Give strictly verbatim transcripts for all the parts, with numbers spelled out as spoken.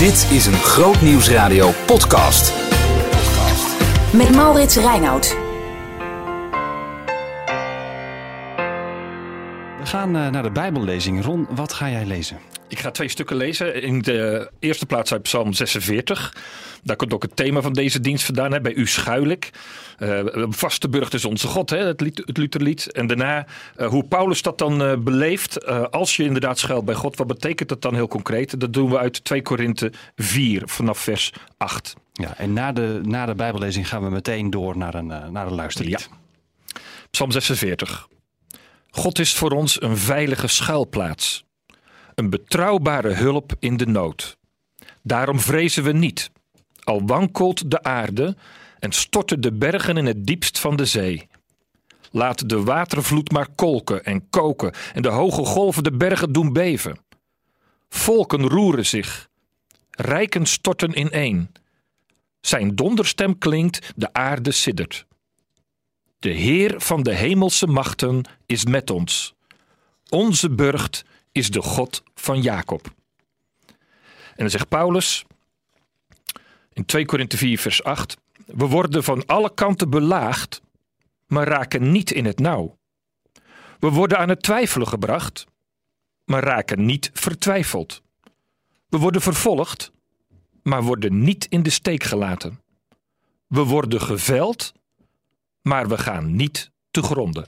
Dit is een Grootnieuwsradio podcast. Met Maurits Reinoud. We gaan uh, naar de Bijbellezing. Ron, wat ga jij lezen? Ik ga twee stukken lezen. In de eerste plaats uit Psalm zesenveertig. Daar komt ook het thema van deze dienst vandaan. Hè, bij u schuil ik. Uh, vaste burcht is onze God, hè, het, lied, het Lutherlied. En daarna uh, hoe Paulus dat dan uh, beleeft. Uh, als je inderdaad schuilt bij God. Wat betekent dat dan heel concreet? Dat doen we uit twee Korinthe vier vanaf vers acht. Ja, en na de, na de Bijbellezing gaan we meteen door naar een, uh, naar een luisterlied. Ja. Psalm zesenveertig. God is voor ons een veilige schuilplaats. Een betrouwbare hulp in de nood. Daarom vrezen we niet. Al wankelt de aarde en storten de bergen in het diepst van de zee. Laat de watervloed maar kolken en koken en de hoge golven de bergen doen beven. Volken roeren zich. Rijken storten ineen. Zijn donderstem klinkt, de aarde siddert. De Heer van de hemelse machten is met ons. Onze burcht is de God van Jacob. En dan zegt Paulus in twee Korinthe vier vers acht. We worden van alle kanten belaagd, maar raken niet in het nauw. We worden aan het twijfelen gebracht, maar raken niet vertwijfeld. We worden vervolgd, maar worden niet in de steek gelaten. We worden geveld, maar we gaan niet te gronde.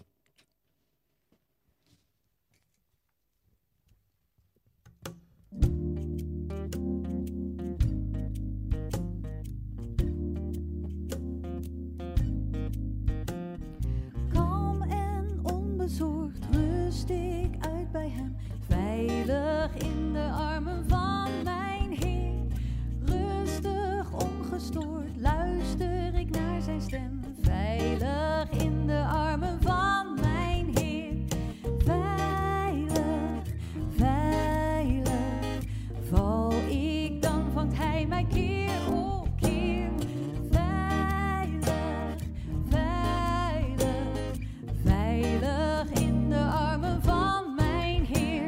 Kalm en onbezorgd rust ik uit bij hem, veilig in de armen van mijn Heer. Rustig, ongestoord luister ik naar zijn stem. Veilig in de armen van mijn Heer. Veilig, veilig. Val ik dan, vangt hij mij keer op keer. Veilig, veilig. Veilig in de armen van mijn Heer.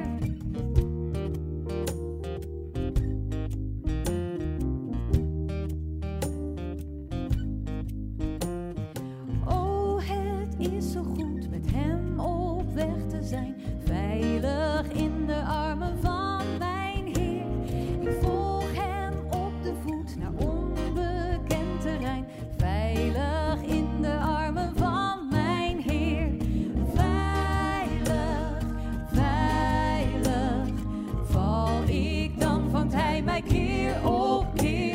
Is zo goed met hem op weg te zijn, veilig in de armen van mijn Heer. Ik volg hem op de voet naar onbekend terrein, veilig in de armen van mijn Heer. Veilig, veilig, val ik dan, vangt hij mij keer op keer.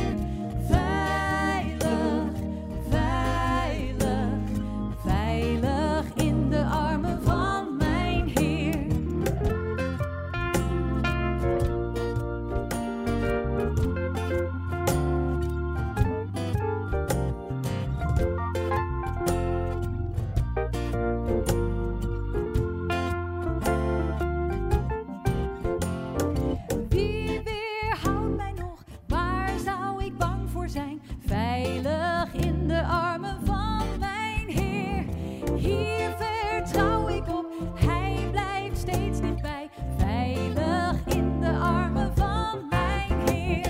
Veilig in de armen van mijn Heer. Hier vertrouw ik op, hij blijft steeds dichtbij. Veilig in de armen van mijn Heer.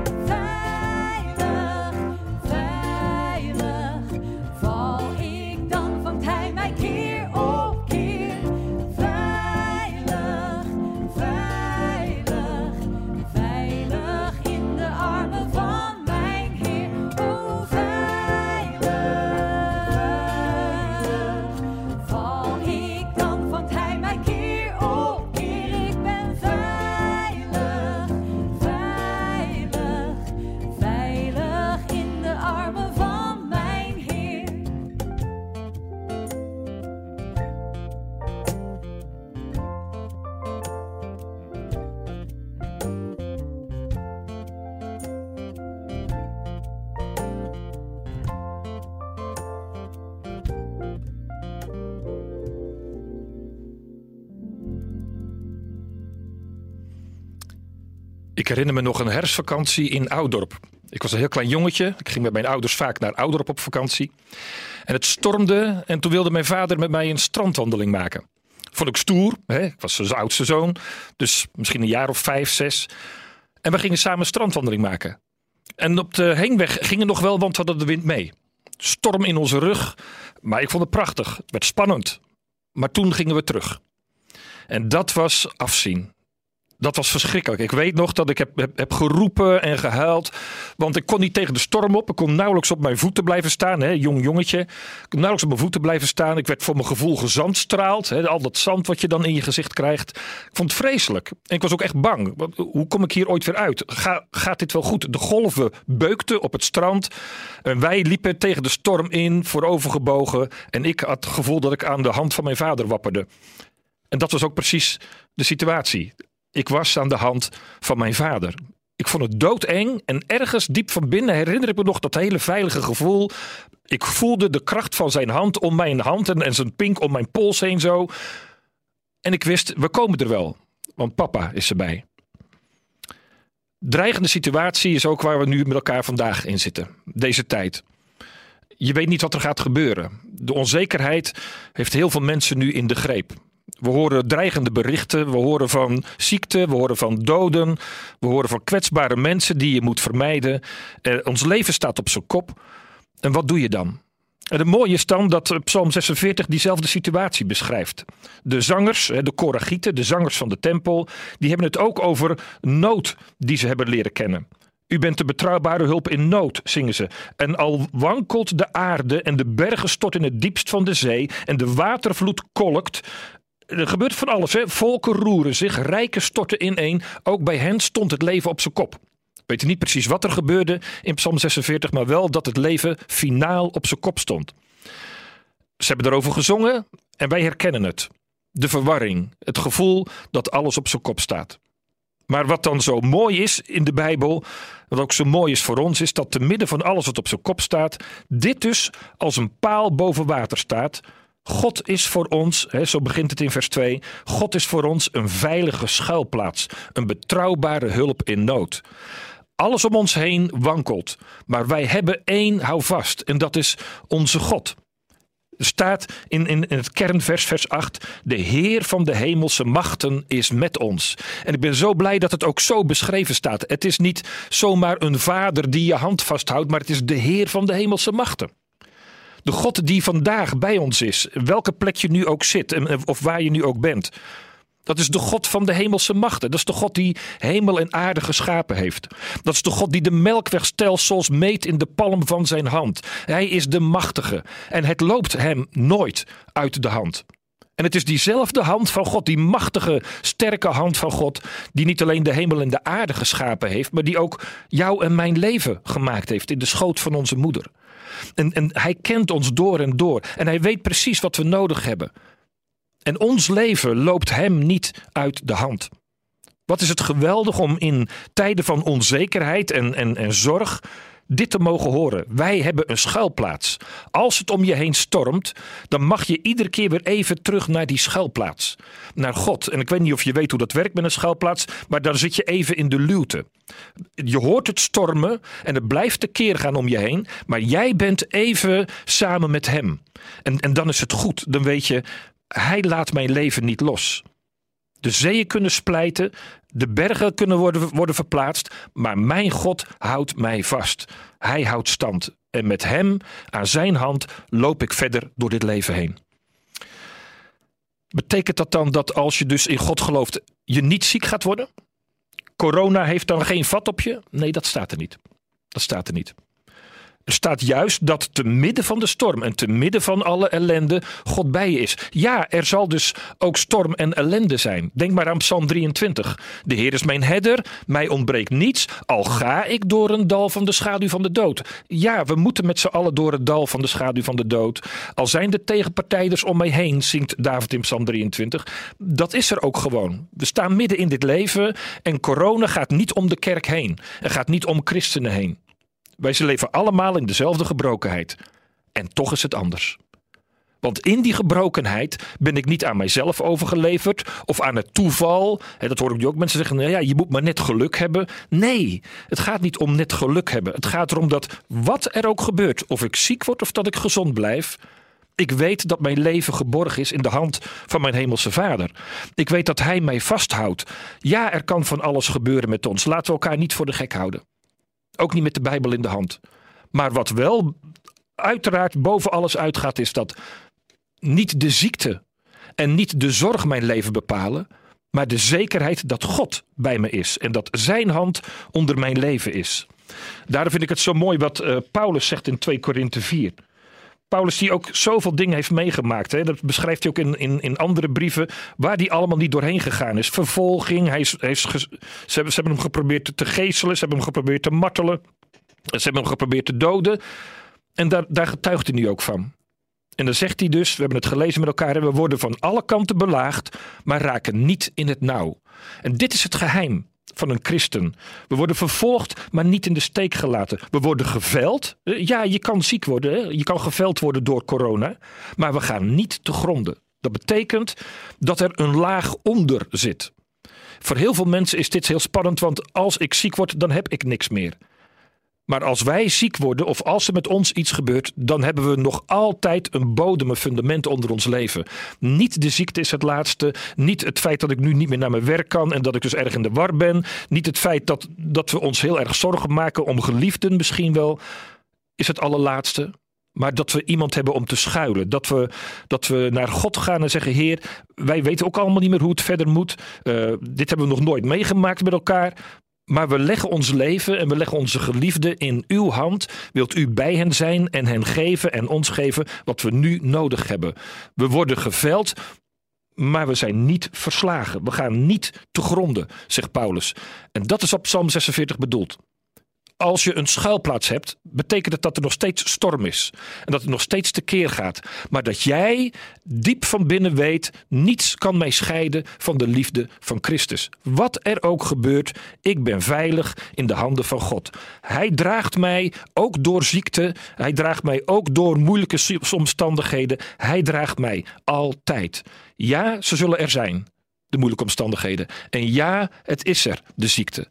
Veilig, veilig. Val ik dan, vangt hij mij keer op keer. Veilig, veilig. Veilig in de armen van mijn Heer. Oh, veilig. Val ik dan, vangt hij mij keer op keer. Ik ben veilig, veilig. Veilig in de armen van mijn Heer. Ik herinner me nog een herfstvakantie in Oudorp. Ik was een heel klein jongetje. Ik ging met mijn ouders vaak naar Oudorp op vakantie. En het stormde en toen wilde mijn vader met mij een strandwandeling maken. Vond ik stoer. Hè? Ik was zijn oudste zoon. Dus misschien een jaar of vijf, zes. En we gingen samen een strandwandeling maken. En op de heenweg gingen nog wel, want we hadden de wind mee. Storm in onze rug. Maar ik vond het prachtig. Het werd spannend. Maar toen gingen we terug. En dat was afzien. Dat was verschrikkelijk. Ik weet nog dat ik heb, heb, heb geroepen en gehuild. Want ik kon niet tegen de storm op. Ik kon nauwelijks op mijn voeten blijven staan. Hè, jong jongetje. Ik kon nauwelijks op mijn voeten blijven staan. Ik werd voor mijn gevoel gezandstraald. Hè, al dat zand wat je dan in je gezicht krijgt. Ik vond het vreselijk. En ik was ook echt bang. Hoe kom ik hier ooit weer uit? Ga, gaat dit wel goed? De golven beukten op het strand. En wij liepen tegen de storm in, voorovergebogen. En ik had het gevoel dat ik aan de hand van mijn vader wapperde. En dat was ook precies de situatie. Ik was aan de hand van mijn vader. Ik vond het doodeng en ergens diep van binnen herinner ik me nog dat hele veilige gevoel. Ik voelde de kracht van zijn hand om mijn hand en, en zijn pink om mijn pols heen zo. En ik wist, we komen er wel, want papa is erbij. Dreigende situatie is ook waar we nu met elkaar vandaag in zitten. Deze tijd. Je weet niet wat er gaat gebeuren. De onzekerheid heeft heel veel mensen nu in de greep. We horen dreigende berichten, we horen van ziekte, we horen van doden, we horen van kwetsbare mensen die je moet vermijden. Eh, ons leven staat op zijn kop. En wat doe je dan? En het mooie is dan dat Psalm zesenveertig diezelfde situatie beschrijft. De zangers, de koragieten, de zangers van de tempel, die hebben het ook over nood die ze hebben leren kennen. U bent de betrouwbare hulp in nood, zingen ze. En al wankelt de aarde en de bergen storten in het diepst van de zee en de watervloed kolkt. Er gebeurt van alles, hè? Volken roeren zich, rijken storten ineen. Ook bij hen stond het leven op zijn kop. We weten niet precies wat er gebeurde in Psalm zesenveertig, maar wel dat het leven finaal op zijn kop stond. Ze hebben erover gezongen en wij herkennen het. De verwarring, het gevoel dat alles op zijn kop staat. Maar wat dan zo mooi is in de Bijbel, wat ook zo mooi is voor ons, is dat te midden van alles wat op zijn kop staat, dit dus als een paal boven water staat. God is voor ons, hè, zo begint het in vers twee, God is voor ons een veilige schuilplaats, een betrouwbare hulp in nood. Alles om ons heen wankelt, maar wij hebben één houvast en dat is onze God. Er staat in, in, in het kernvers, vers acht, de Heer van de hemelse machten is met ons. En ik ben zo blij dat het ook zo beschreven staat. Het is niet zomaar een vader die je hand vasthoudt, maar het is de Heer van de hemelse machten. De God die vandaag bij ons is, welke plek je nu ook zit en, of waar je nu ook bent. Dat is de God van de hemelse machten. Dat is de God die hemel en aarde geschapen heeft. Dat is de God die de melkwegstelsels meet in de palm van zijn hand. Hij is de machtige en het loopt hem nooit uit de hand. En het is diezelfde hand van God, die machtige, sterke hand van God, die niet alleen de hemel en de aarde geschapen heeft, maar die ook jou en mijn leven gemaakt heeft in de schoot van onze moeder. En, en hij kent ons door en door. En hij weet precies wat we nodig hebben. En ons leven loopt hem niet uit de hand. Wat is het geweldig om in tijden van onzekerheid en, en, en zorg dit te mogen horen. Wij hebben een schuilplaats. Als het om je heen stormt, dan mag je iedere keer weer even terug naar die schuilplaats. Naar God. En ik weet niet of je weet hoe dat werkt met een schuilplaats, maar dan zit je even in de luwte. Je hoort het stormen en het blijft tekeer gaan om je heen, maar jij bent even samen met hem. En, en dan is het goed. Dan weet je, hij laat mijn leven niet los. De zeeën kunnen splijten, de bergen kunnen worden, worden verplaatst, maar mijn God houdt mij vast. Hij houdt stand. En met hem, aan zijn hand, loop ik verder door dit leven heen. Betekent dat dan dat als je dus in God gelooft, je niet ziek gaat worden? Corona heeft dan geen vat op je? Nee, dat staat er niet. Dat staat er niet. Er staat juist dat te midden van de storm en te midden van alle ellende God bij je is. Ja, er zal dus ook storm en ellende zijn. Denk maar aan Psalm drieëntwintig. De Heer is mijn herder, mij ontbreekt niets, al ga ik door een dal van de schaduw van de dood. Ja, we moeten met z'n allen door het dal van de schaduw van de dood. Al zijn de tegenpartijders om mij heen, zingt David in Psalm drieëntwintig. Dat is er ook gewoon. We staan midden in dit leven en corona gaat niet om de kerk heen. En gaat niet om christenen heen. Wij leven allemaal in dezelfde gebrokenheid. En toch is het anders. Want in die gebrokenheid ben ik niet aan mijzelf overgeleverd of aan het toeval. He, dat hoor ik nu ook mensen zeggen, nou ja, je moet maar net geluk hebben. Nee, het gaat niet om net geluk hebben. Het gaat erom dat wat er ook gebeurt, of ik ziek word of dat ik gezond blijf, Ik weet dat mijn leven geborgen is in de hand van mijn hemelse Vader. Ik weet dat hij mij vasthoudt. Ja, er kan van alles gebeuren met ons. Laten we elkaar niet voor de gek houden. Ook niet met de Bijbel in de hand. Maar wat wel uiteraard boven alles uitgaat, is dat niet de ziekte en niet de zorg mijn leven bepalen, maar de zekerheid dat God bij me is en dat zijn hand onder mijn leven is. Daarom vind ik het zo mooi wat uh, Paulus zegt in twee Korinthe vier. Paulus die ook zoveel dingen heeft meegemaakt. Hè? Dat beschrijft hij ook in, in, in andere brieven waar hij allemaal niet doorheen gegaan is. Vervolging, hij is, hij is ge, ze, hebben, ze hebben hem geprobeerd te geeselen, ze hebben hem geprobeerd te martelen, ze hebben hem geprobeerd te doden. En daar, daar getuigt hij nu ook van. En dan zegt hij dus, we hebben het gelezen met elkaar, we worden van alle kanten belaagd, maar raken niet in het nauw. En dit is het geheim van een christen. We worden vervolgd, maar niet in de steek gelaten. We worden geveld. Ja, je kan ziek worden. Hè? Je kan geveld worden door corona. Maar we gaan niet te gronden. Dat betekent dat er een laag onder zit. Voor heel veel mensen is dit heel spannend, want als ik ziek word, dan heb ik niks meer. Maar als wij ziek worden of als er met ons iets gebeurt, dan hebben we nog altijd een bodem, een fundament onder ons leven. Niet de ziekte is het laatste. Niet het feit dat ik nu niet meer naar mijn werk kan en dat ik dus erg in de war ben. Niet het feit dat, dat we ons heel erg zorgen maken om geliefden misschien wel, is het allerlaatste. Maar dat we iemand hebben om te schuilen. Dat we, dat we naar God gaan en zeggen, Heer, wij weten ook allemaal niet meer hoe het verder moet. Uh, dit hebben we nog nooit meegemaakt met elkaar. Maar we leggen ons leven en we leggen onze geliefden in uw hand. Wilt u bij hen zijn en hen geven en ons geven wat we nu nodig hebben. We worden geveld, maar we zijn niet verslagen. We gaan niet te gronden, zegt Paulus. En dat is op Psalm zesenveertig bedoeld. Als je een schuilplaats hebt, betekent het dat er nog steeds storm is. En dat het nog steeds tekeer gaat. Maar dat jij diep van binnen weet, niets kan mij scheiden van de liefde van Christus. Wat er ook gebeurt, ik ben veilig in de handen van God. Hij draagt mij ook door ziekte. Hij draagt mij ook door moeilijke omstandigheden. Hij draagt mij altijd. Ja, ze zullen er zijn, de moeilijke omstandigheden. En ja, het is er, de ziekte.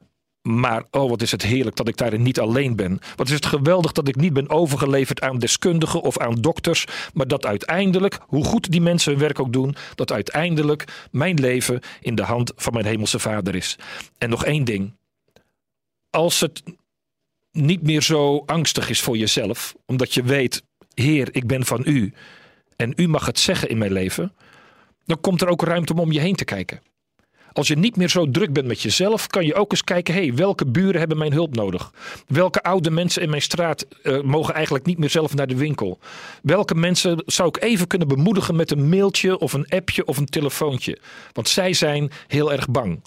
Maar oh, wat is het heerlijk dat ik daarin niet alleen ben. Wat is het geweldig dat ik niet ben overgeleverd aan deskundigen of aan dokters. Maar dat uiteindelijk, hoe goed die mensen hun werk ook doen, dat uiteindelijk mijn leven in de hand van mijn hemelse Vader is. En nog één ding. Als het niet meer zo angstig is voor jezelf, omdat je weet, Heer, ik ben van u. En u mag het zeggen in mijn leven. Dan komt er ook ruimte om om je heen te kijken. Als je niet meer zo druk bent met jezelf, kan je ook eens kijken, hé, hey, welke buren hebben mijn hulp nodig? Welke oude mensen in mijn straat uh, mogen eigenlijk niet meer zelf naar de winkel? Welke mensen zou ik even kunnen bemoedigen met een mailtje of een appje of een telefoontje? Want zij zijn heel erg bang.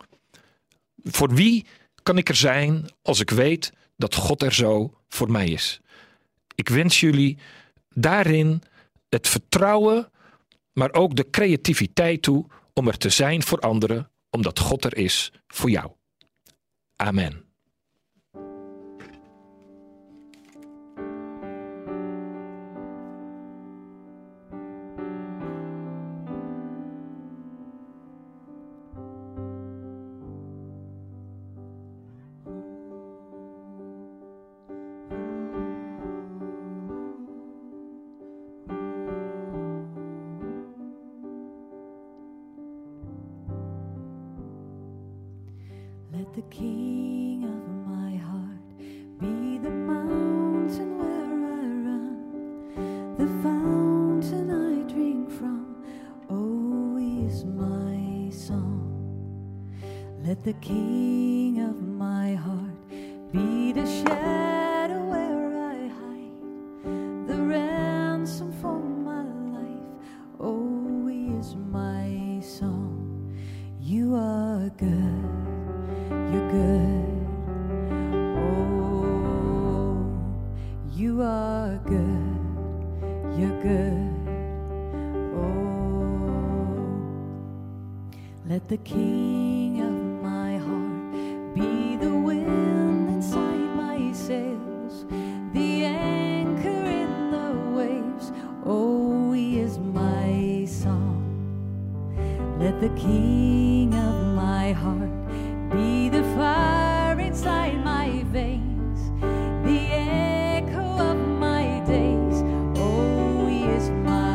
Voor wie kan ik er zijn als ik weet dat God er zo voor mij is? Ik wens jullie daarin het vertrouwen, maar ook de creativiteit toe om er te zijn voor anderen, omdat God er is voor jou. Amen. Let the king of my heart be the mountain where I run, the fountain I drink from, oh, he is my song. Let the king of my heart be the shadow where I hide, the ransom for my life, oh, he is my song. You are good. You're good, oh, you are good, you're good, oh. Let the king of my heart be the wind inside my sails, the anchor in the waves, oh, he is my song. Let the king of my heart be the fire inside my veins, the echo of my days, oh, he is my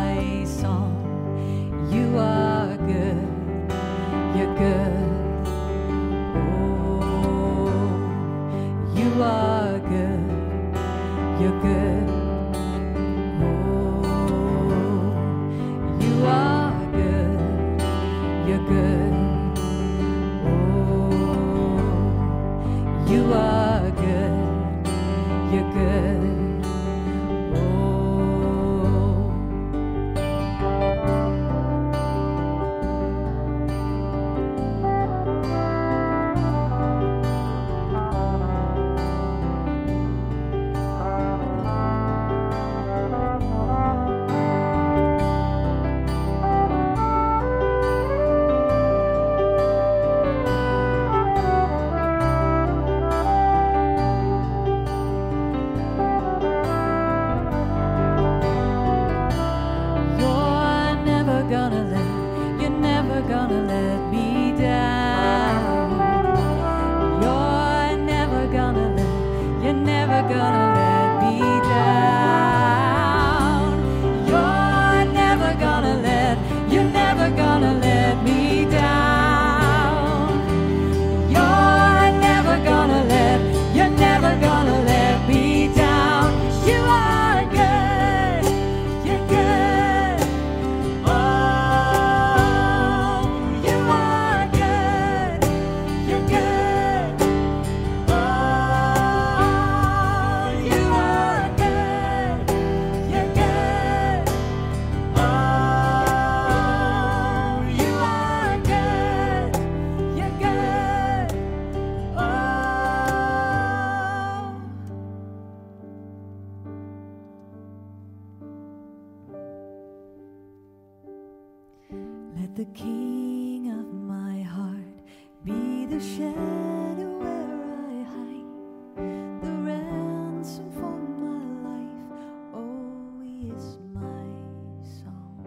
the king of my heart, be the shadow where I hide, the ransom for my life, oh, he is my song.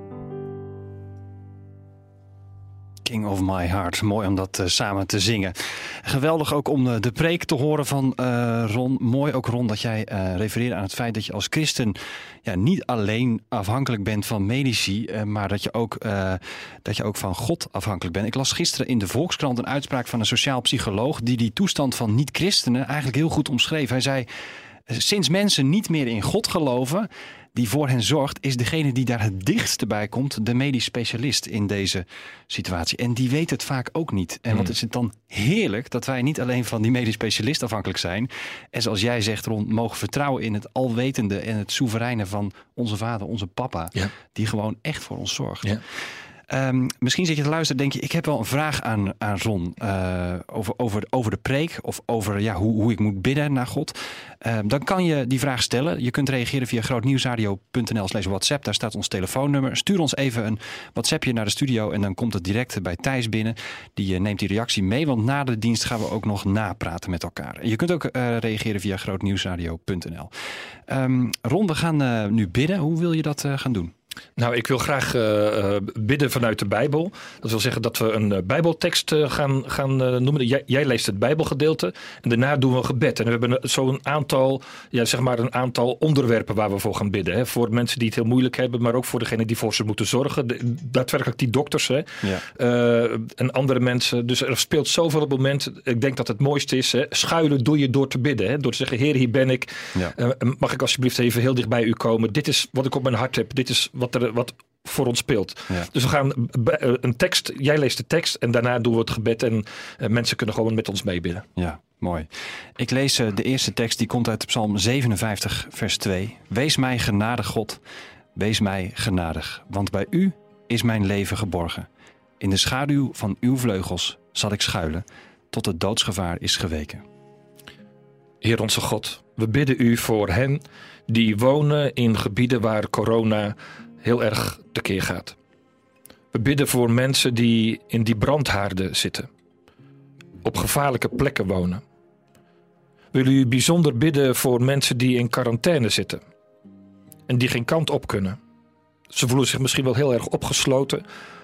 King of My Heart. Mooi om dat uh, samen te zingen. Geweldig ook om uh, de preek te horen van uh, Ron. Mooi ook, Ron, dat jij uh, refereert aan het feit dat je als christen ja, niet alleen afhankelijk bent van medici, uh, maar dat je, ook, uh, dat je ook van God afhankelijk bent. Ik las gisteren in de Volkskrant een uitspraak van een sociaal psycholoog die die toestand van niet-christenen eigenlijk heel goed omschreef. Hij zei, sinds mensen niet meer in God geloven die voor hen zorgt, is degene die daar het dichtst bij komt de medisch specialist in deze situatie. En die weet het vaak ook niet. En wat is het dan heerlijk dat wij niet alleen van die medisch specialist afhankelijk zijn. En zoals jij zegt, Ron, mogen vertrouwen in het alwetende en het soevereine van onze vader, onze papa. Ja. Die gewoon echt voor ons zorgt. Ja. Um, misschien zit je te luisteren en denk je, ik heb wel een vraag aan, aan Ron uh, over, over, over de preek of over ja, hoe, hoe ik moet bidden naar God. Uh, dan kan je die vraag stellen. Je kunt reageren via grootnieuwsradio.nl slash WhatsApp. Daar staat ons telefoonnummer. Stuur ons even een WhatsAppje naar de studio en dan komt het direct bij Thijs binnen. Die uh, neemt die reactie mee, want na de dienst gaan we ook nog napraten met elkaar. En je kunt ook uh, reageren via grootnieuwsradio.nl. Um, Ron, we gaan uh, nu bidden. Hoe wil je dat uh, gaan doen? Nou, ik wil graag uh, bidden vanuit de Bijbel. Dat wil zeggen dat we een uh, Bijbeltekst uh, gaan, gaan uh, noemen. Jij, jij leest het Bijbelgedeelte en daarna doen we een gebed. En we hebben zo'n aantal, ja, zeg maar een aantal onderwerpen waar we voor gaan bidden. Hè. Voor mensen die het heel moeilijk hebben, maar ook voor degenen die voor ze moeten zorgen. De, daadwerkelijk die dokters, hè. Ja. Uh, en andere mensen. Dus er speelt zoveel op het moment. Ik denk dat het mooiste is, hè, schuilen doe je door te bidden. Hè. Door te zeggen, Heer, hier ben ik. Ja. Uh, mag ik alsjeblieft even heel dicht bij u komen? Dit is wat ik op mijn hart heb. Dit is wat Er, wat voor ons speelt. Ja. Dus we gaan een tekst, jij leest de tekst en daarna doen we het gebed en uh, mensen kunnen gewoon met ons meebidden. Ja, mooi. Ik lees uh, de eerste tekst, die komt uit Psalm zevenenvijftig vers twee. Wees mij genadig, God, wees mij genadig, want bij u is mijn leven geborgen. In de schaduw van uw vleugels zal ik schuilen, tot het doodsgevaar is geweken. Heer onze God, we bidden u voor hen die wonen in gebieden waar corona heel erg tekeer gaat. We bidden voor mensen die in die brandhaarden zitten, op gevaarlijke plekken wonen. We willen u bijzonder bidden voor mensen die in quarantaine zitten en die geen kant op kunnen. Ze voelen zich misschien wel heel erg opgesloten,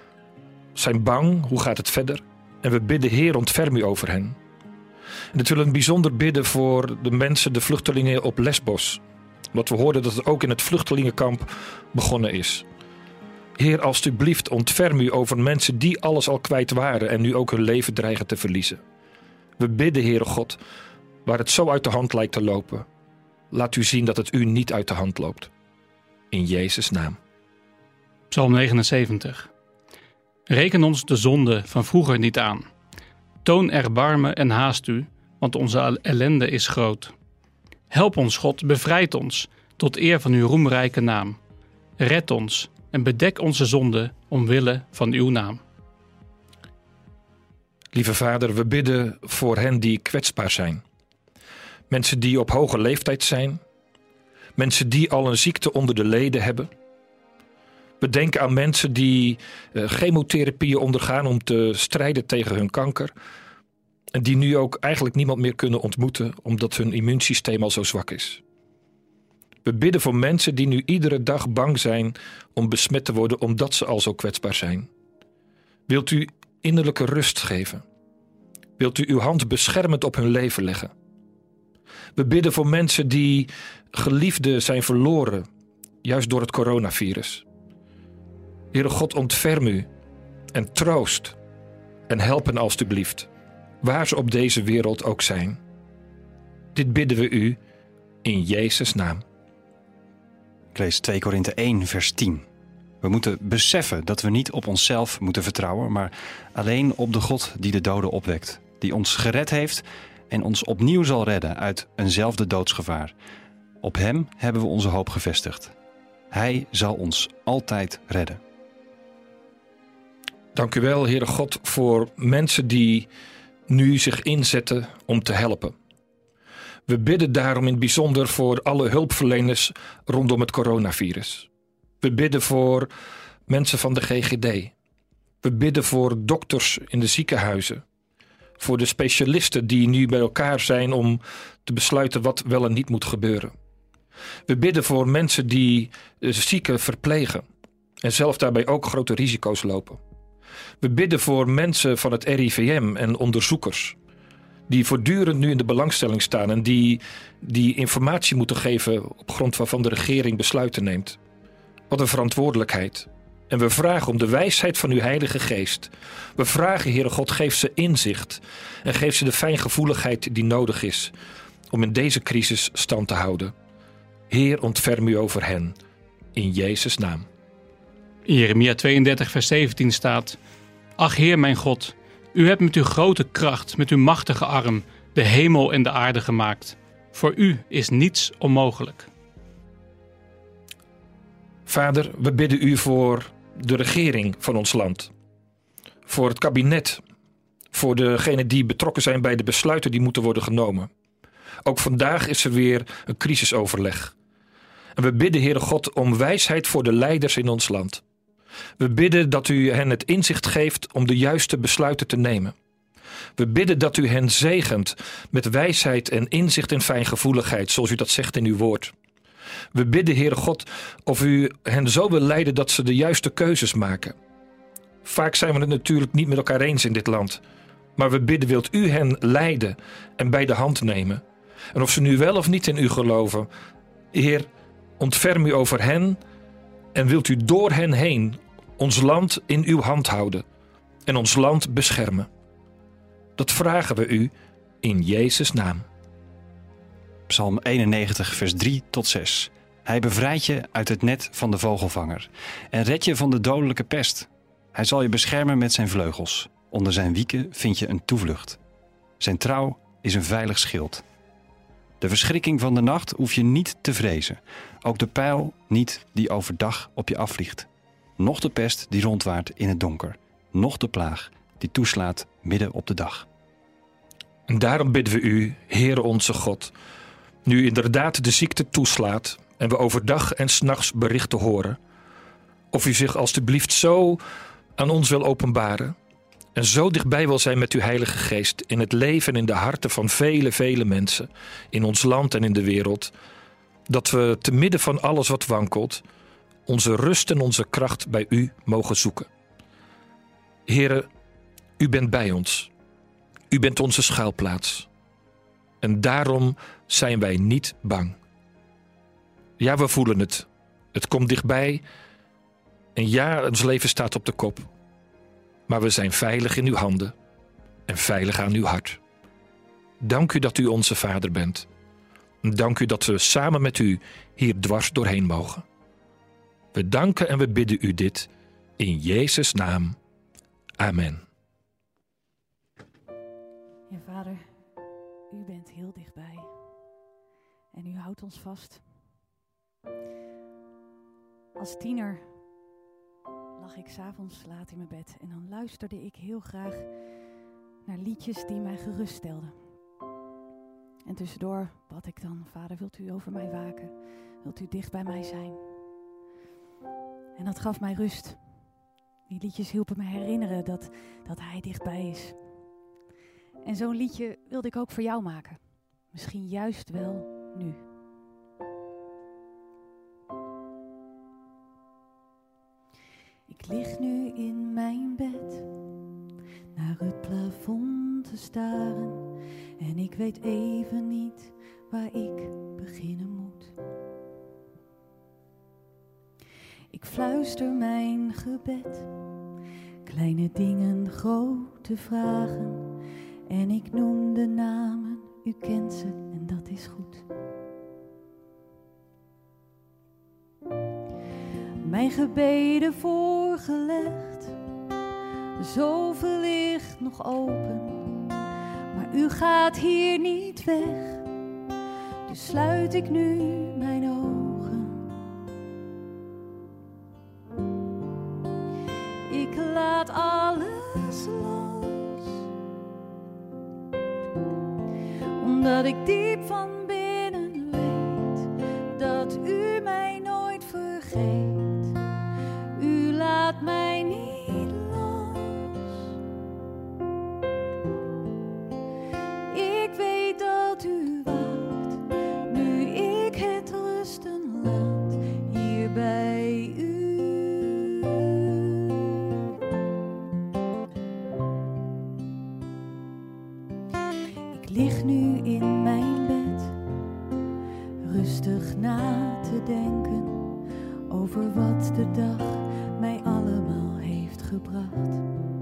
zijn bang, hoe gaat het verder? En we bidden, Heer, ontferm u over hen. En dat willen we bijzonder bidden voor de mensen, de vluchtelingen op Lesbos. Want we hoorden dat het ook in het vluchtelingenkamp begonnen is. Heer, alstublieft, ontferm u over mensen die alles al kwijt waren en nu ook hun leven dreigen te verliezen. We bidden, Heere God, waar het zo uit de hand lijkt te lopen. Laat u zien dat het u niet uit de hand loopt. In Jezus' naam. Psalm negenenzeventig. Reken ons de zonde van vroeger niet aan. Toon erbarmen en haast u, want onze ellende is groot. Help ons, God, bevrijd ons, tot eer van uw roemrijke naam. Red ons en bedek onze zonde omwille van uw naam. Lieve Vader, we bidden voor hen die kwetsbaar zijn. Mensen die op hoge leeftijd zijn. Mensen die al een ziekte onder de leden hebben. We denken aan mensen die uh, chemotherapieën ondergaan om te strijden tegen hun kanker. En die nu ook eigenlijk niemand meer kunnen ontmoeten omdat hun immuunsysteem al zo zwak is. We bidden voor mensen die nu iedere dag bang zijn om besmet te worden omdat ze al zo kwetsbaar zijn. Wilt u innerlijke rust geven? Wilt u uw hand beschermend op hun leven leggen? We bidden voor mensen die geliefden zijn verloren, juist door het coronavirus. Heere God, ontferm u en troost en help hen alstublieft, waar ze op deze wereld ook zijn. Dit bidden we u in Jezus' naam. Ik lees twee Korinthe één vers tien. We moeten beseffen dat we niet op onszelf moeten vertrouwen, maar alleen op de God die de doden opwekt, die ons gered heeft en ons opnieuw zal redden uit eenzelfde doodsgevaar. Op hem hebben we onze hoop gevestigd. Hij zal ons altijd redden. Dank u wel, Heere God, voor mensen die nu zich inzetten om te helpen. We bidden daarom in het bijzonder voor alle hulpverleners rondom het coronavirus. We bidden voor mensen van de G G D, We bidden voor dokters in de ziekenhuizen. Voor de specialisten die nu bij elkaar zijn om te besluiten wat wel en niet moet gebeuren. We bidden voor mensen die zieken verplegen en zelf daarbij ook grote risico's lopen. We bidden voor mensen van het R I V M en onderzoekers die voortdurend nu in de belangstelling staan en die, die informatie moeten geven op grond waarvan de regering besluiten neemt. Wat een verantwoordelijkheid. En we vragen om de wijsheid van uw Heilige Geest. We vragen, Heere God, geef ze inzicht en geef ze de fijngevoeligheid die nodig is om in deze crisis stand te houden. Heer, ontferm u over hen. In Jezus' naam. In Jeremia tweeëndertig vers zeventien staat: Ach Heer mijn God, u hebt met uw grote kracht, met uw machtige arm, de hemel en de aarde gemaakt. Voor u is niets onmogelijk. Vader, we bidden u voor de regering van ons land. Voor het kabinet. Voor degenen die betrokken zijn bij de besluiten die moeten worden genomen. Ook vandaag is er weer een crisisoverleg. En we bidden, Heere God, om wijsheid voor de leiders in ons land. We bidden dat u hen het inzicht geeft om de juiste besluiten te nemen. We bidden dat u hen zegent met wijsheid en inzicht en fijngevoeligheid, zoals u dat zegt in uw woord. We bidden, Heere God, of u hen zo wil leiden dat ze de juiste keuzes maken. Vaak zijn we het natuurlijk niet met elkaar eens in dit land. Maar we bidden, wilt u hen leiden en bij de hand nemen. En of ze nu wel of niet in u geloven, Heer, ontferm u over hen en wilt u door hen heen ons land in uw hand houden en ons land beschermen. Dat vragen we u in Jezus' naam. Psalm eenennegentig vers drie tot zes. Hij bevrijdt je uit het net van de vogelvanger en redt je van de dodelijke pest. Hij zal je beschermen met zijn vleugels. Onder zijn wieken vind je een toevlucht. Zijn trouw is een veilig schild. De verschrikking van de nacht hoef je niet te vrezen. Ook de pijl niet die overdag op je afvliegt. Noch de pest die rondwaart in het donker. Noch de plaag die toeslaat midden op de dag. En daarom bidden we u, Heere onze God, nu inderdaad de ziekte toeslaat en we overdag en 's nachts berichten horen, of u zich alstublieft zo aan ons wil openbaren en zo dichtbij wil zijn met uw Heilige Geest in het leven en in de harten van vele, vele mensen in ons land en in de wereld, dat we te midden van alles wat wankelt, onze rust en onze kracht bij u mogen zoeken. Heere, u bent bij ons. U bent onze schuilplaats. En daarom zijn wij niet bang. Ja, we voelen het. Het komt dichtbij. En ja, ons leven staat op de kop. Maar we zijn veilig in uw handen en veilig aan uw hart. Dank u dat u onze Vader bent. Dank u dat we samen met u hier dwars doorheen mogen. We danken en we bidden u dit in Jezus' naam. Amen. Ja, Vader, u bent heel dichtbij en u houdt ons vast. Als tiener lag ik 's avonds laat in mijn bed en dan luisterde ik heel graag naar liedjes die mij geruststelden. En tussendoor bad ik dan: Vader, wilt u over mij waken? Wilt u dicht bij mij zijn? En dat gaf mij rust. Die liedjes hielpen me herinneren dat, dat hij dichtbij is. En zo'n liedje wilde ik ook voor jou maken. Misschien juist wel nu. Ik lig nu in mijn bed, naar het plafond te staren. En ik weet even niet waar ik beginnen moet. Ik fluister mijn gebed, kleine dingen, grote vragen. En ik noem de namen, u kent ze en dat is goed. Mijn gebeden voorgelegd, zoveel ligt nog open. Maar u gaat hier niet weg, dus sluit ik nu mijn ogen. Ik laat alles los, omdat ik diep van binnen weet dat u mij nooit vergeet. U laat mij niet los, lig nu in mijn bed, rustig na te denken over wat de dag mij allemaal heeft gebracht.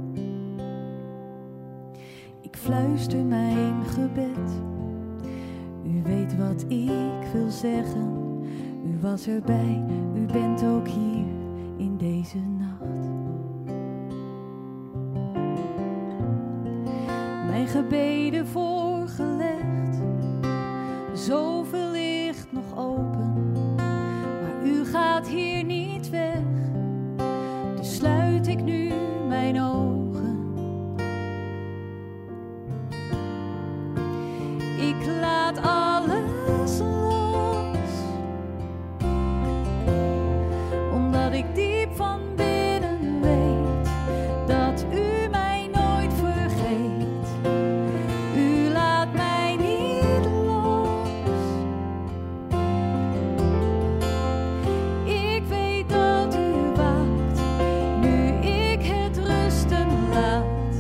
Ik fluister mijn gebed, u weet wat ik wil zeggen. U was erbij, u bent ook hier in deze nacht. Mijn gebeden voorgelegd, zoveel ligt nog open, maar u gaat hier niet weg, dus sluit ik nu mijn ogen. Ik laat alles los, omdat ik diep van binnen weet dat u mij nooit vergeet. U laat mij niet los. Ik weet dat u waakt, nu ik het rusten laat.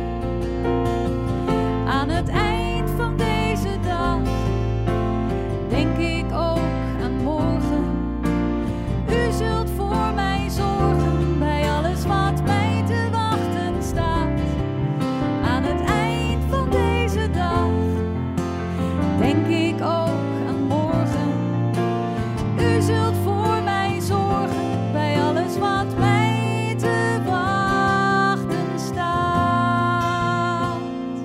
Aan het eind van deze dag denk ik ook aan morgen. U zult voor mij zorgen bij alles wat mij te wachten staat. Aan het eind van deze dag denk ik ook aan morgen. U zult voor mij zorgen bij alles wat mij te wachten staat.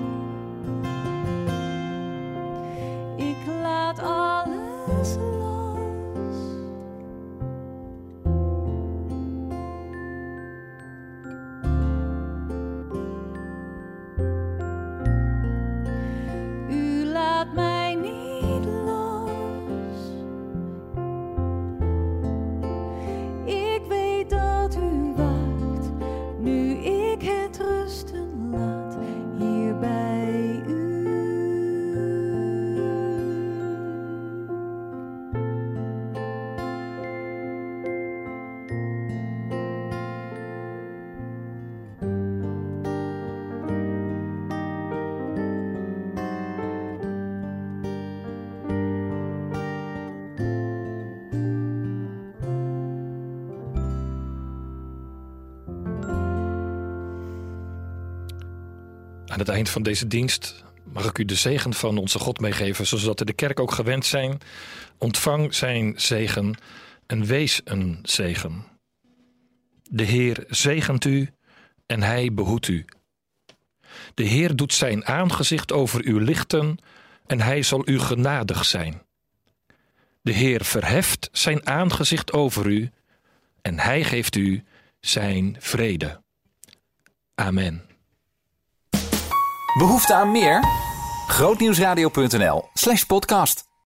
Ik laat alles los. U laat mij niet los. Ik weet dat u waakt, nu ik het rusten laat hier bij u. Aan het eind van deze dienst mag ik u de zegen van onze God meegeven, zoals we de kerk ook gewend zijn. Ontvang zijn zegen en wees een zegen. De Heer zegent u en hij behoedt u. De Heer doet zijn aangezicht over u lichten en hij zal u genadig zijn. De Heer verheft zijn aangezicht over u en hij geeft u zijn vrede. Amen. Behoefte aan meer? grootnieuwsradio punt n l slash podcast